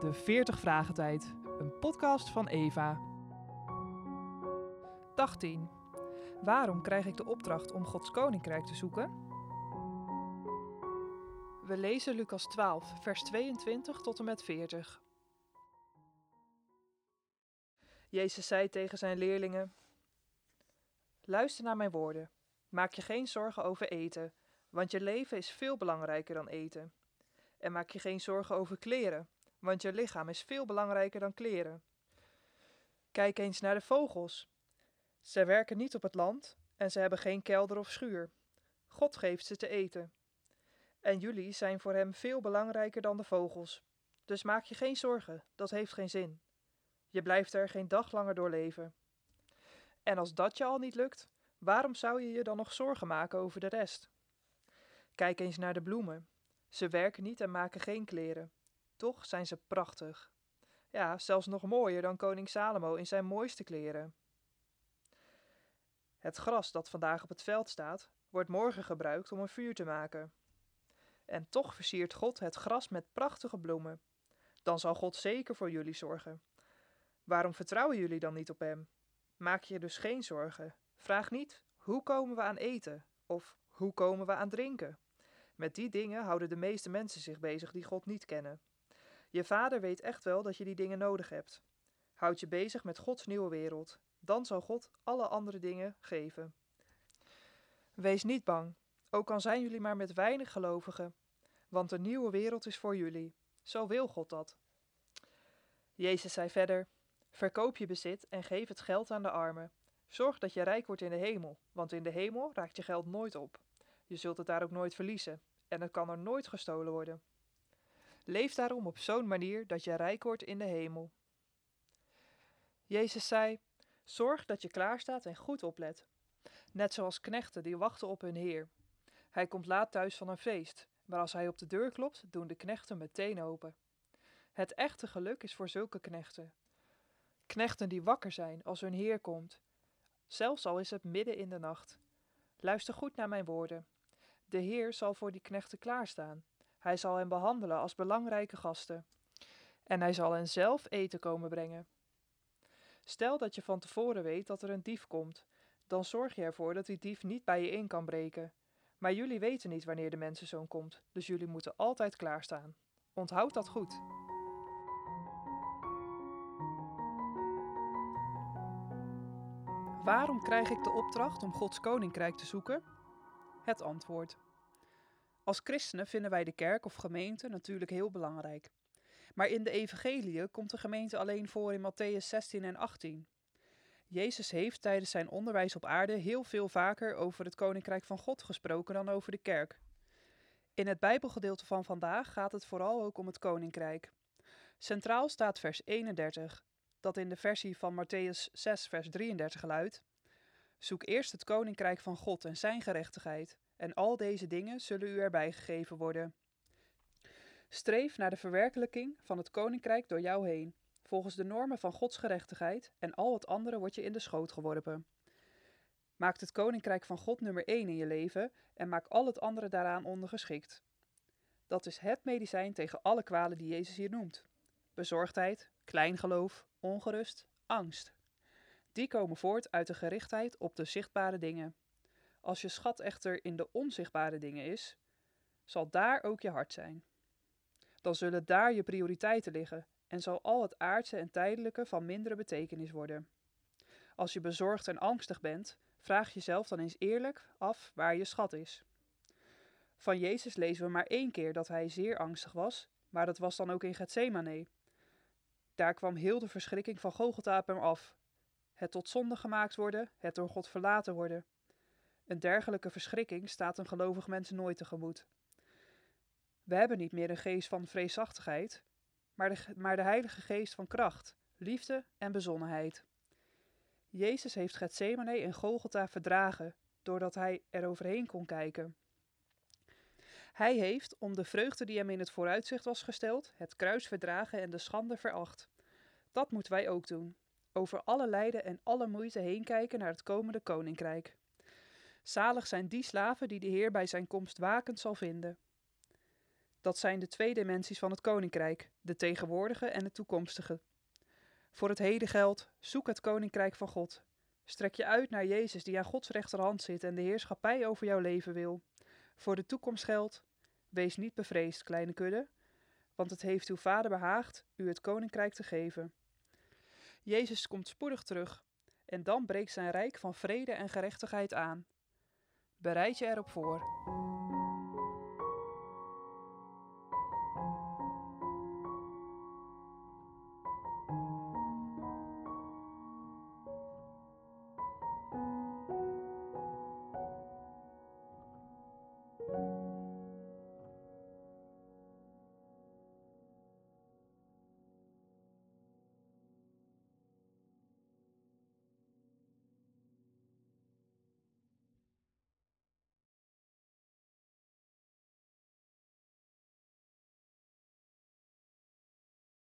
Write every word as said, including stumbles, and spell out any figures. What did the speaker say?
de veertig Vragen Tijd, een podcast van Eva. Dag tien. Waarom krijg ik de opdracht om Gods Koninkrijk te zoeken? We lezen Lucas twaalf, vers tweeëntwintig tot en met veertig. Jezus zei tegen zijn leerlingen: Luister naar mijn woorden. Maak je geen zorgen over eten, want je leven is veel belangrijker dan eten. En maak je geen zorgen over kleren, want je lichaam is veel belangrijker dan kleren. Kijk eens naar de vogels. Ze werken niet op het land en ze hebben geen kelder of schuur. God geeft ze te eten. En jullie zijn voor hem veel belangrijker dan de vogels. Dus maak je geen zorgen, dat heeft geen zin. Je blijft er geen dag langer door leven. En als dat je al niet lukt, waarom zou je je dan nog zorgen maken over de rest? Kijk eens naar de bloemen. Ze werken niet en maken geen kleren. Toch zijn ze prachtig. Ja, zelfs nog mooier dan koning Salomo in zijn mooiste kleren. Het gras dat vandaag op het veld staat, wordt morgen gebruikt om een vuur te maken. En toch versiert God het gras met prachtige bloemen. Dan zal God zeker voor jullie zorgen. Waarom vertrouwen jullie dan niet op hem? Maak je dus geen zorgen. Vraag niet, hoe komen we aan eten? Of hoe komen we aan drinken? Met die dingen houden de meeste mensen zich bezig die God niet kennen. Je vader weet echt wel dat je die dingen nodig hebt. Houd je bezig met Gods nieuwe wereld. Dan zal God alle andere dingen geven. Wees niet bang, ook al zijn jullie maar met weinig gelovigen. Want de nieuwe wereld is voor jullie. Zo wil God dat. Jezus zei verder: Verkoop je bezit en geef het geld aan de armen. Zorg dat je rijk wordt in de hemel, want in de hemel raakt je geld nooit op. Je zult het daar ook nooit verliezen en het kan er nooit gestolen worden. Leef daarom op zo'n manier dat je rijk wordt in de hemel. Jezus zei: Zorg dat je klaarstaat en goed oplet. Net zoals knechten die wachten op hun heer. Hij komt laat thuis van een feest, maar als hij op de deur klopt, doen de knechten meteen open. Het echte geluk is voor zulke knechten. Knechten die wakker zijn als hun heer komt, zelfs al is het midden in de nacht. Luister goed naar mijn woorden. De heer zal voor die knechten klaarstaan. Hij zal hen behandelen als belangrijke gasten. En hij zal hen zelf eten komen brengen. Stel dat je van tevoren weet dat er een dief komt, dan zorg je ervoor dat die dief niet bij je in kan breken. Maar jullie weten niet wanneer de mensenzoon komt, dus jullie moeten altijd klaarstaan. Onthoud dat goed. Waarom krijg ik de opdracht om Gods koninkrijk te zoeken? Het antwoord. Als christenen vinden wij de kerk of gemeente natuurlijk heel belangrijk. Maar in de evangeliën komt de gemeente alleen voor in Mattheüs zestien en achttien. Jezus heeft tijdens zijn onderwijs op aarde heel veel vaker over het koninkrijk van God gesproken dan over de kerk. In het Bijbelgedeelte van vandaag gaat het vooral ook om het koninkrijk. Centraal staat vers eenendertig, dat in de versie van Mattheüs zes vers drieëndertig luidt: Zoek eerst het koninkrijk van God en zijn gerechtigheid, en al deze dingen zullen u erbij gegeven worden. Streef naar de verwerkelijking van het koninkrijk door jou heen, volgens de normen van Gods gerechtigheid, en al het andere wordt je in de schoot geworpen. Maak het koninkrijk van God nummer één in je leven en maak al het andere daaraan ondergeschikt. Dat is het medicijn tegen alle kwalen die Jezus hier noemt. Bezorgdheid, kleingeloof, ongerust, angst. Die komen voort uit de gerichtheid op de zichtbare dingen. Als je schat echter in de onzichtbare dingen is, zal daar ook je hart zijn. Dan zullen daar je prioriteiten liggen en zal al het aardse en tijdelijke van mindere betekenis worden. Als je bezorgd en angstig bent, vraag jezelf dan eens eerlijk af waar je schat is. Van Jezus lezen we maar één keer dat hij zeer angstig was, maar dat was dan ook in Getsemane. Daar kwam heel de verschrikking van Golgotha op hem af. Het tot zonde gemaakt worden, het door God verlaten worden. Een dergelijke verschrikking staat een gelovig mens nooit tegemoet. We hebben niet meer een geest van vreesachtigheid, maar de, maar de Heilige Geest van kracht, liefde en bezonnenheid. Jezus heeft Getsemane en Golgotha verdragen, doordat hij er overheen kon kijken. Hij heeft, om de vreugde die hem in het vooruitzicht was gesteld, het kruis verdragen en de schande veracht. Dat moeten wij ook doen. Over alle lijden en alle moeite heen kijken naar het komende koninkrijk. Zalig zijn die slaven die de Heer bij zijn komst wakend zal vinden. Dat zijn de twee dimensies van het koninkrijk, de tegenwoordige en de toekomstige. Voor het heden geldt, zoek het koninkrijk van God. Strek je uit naar Jezus die aan Gods rechterhand zit en de heerschappij over jouw leven wil. Voor de toekomst geldt, wees niet bevreesd, kleine kudde, want het heeft uw Vader behaagd u het koninkrijk te geven. Jezus komt spoedig terug en dan breekt zijn rijk van vrede en gerechtigheid aan. Bereid je erop voor.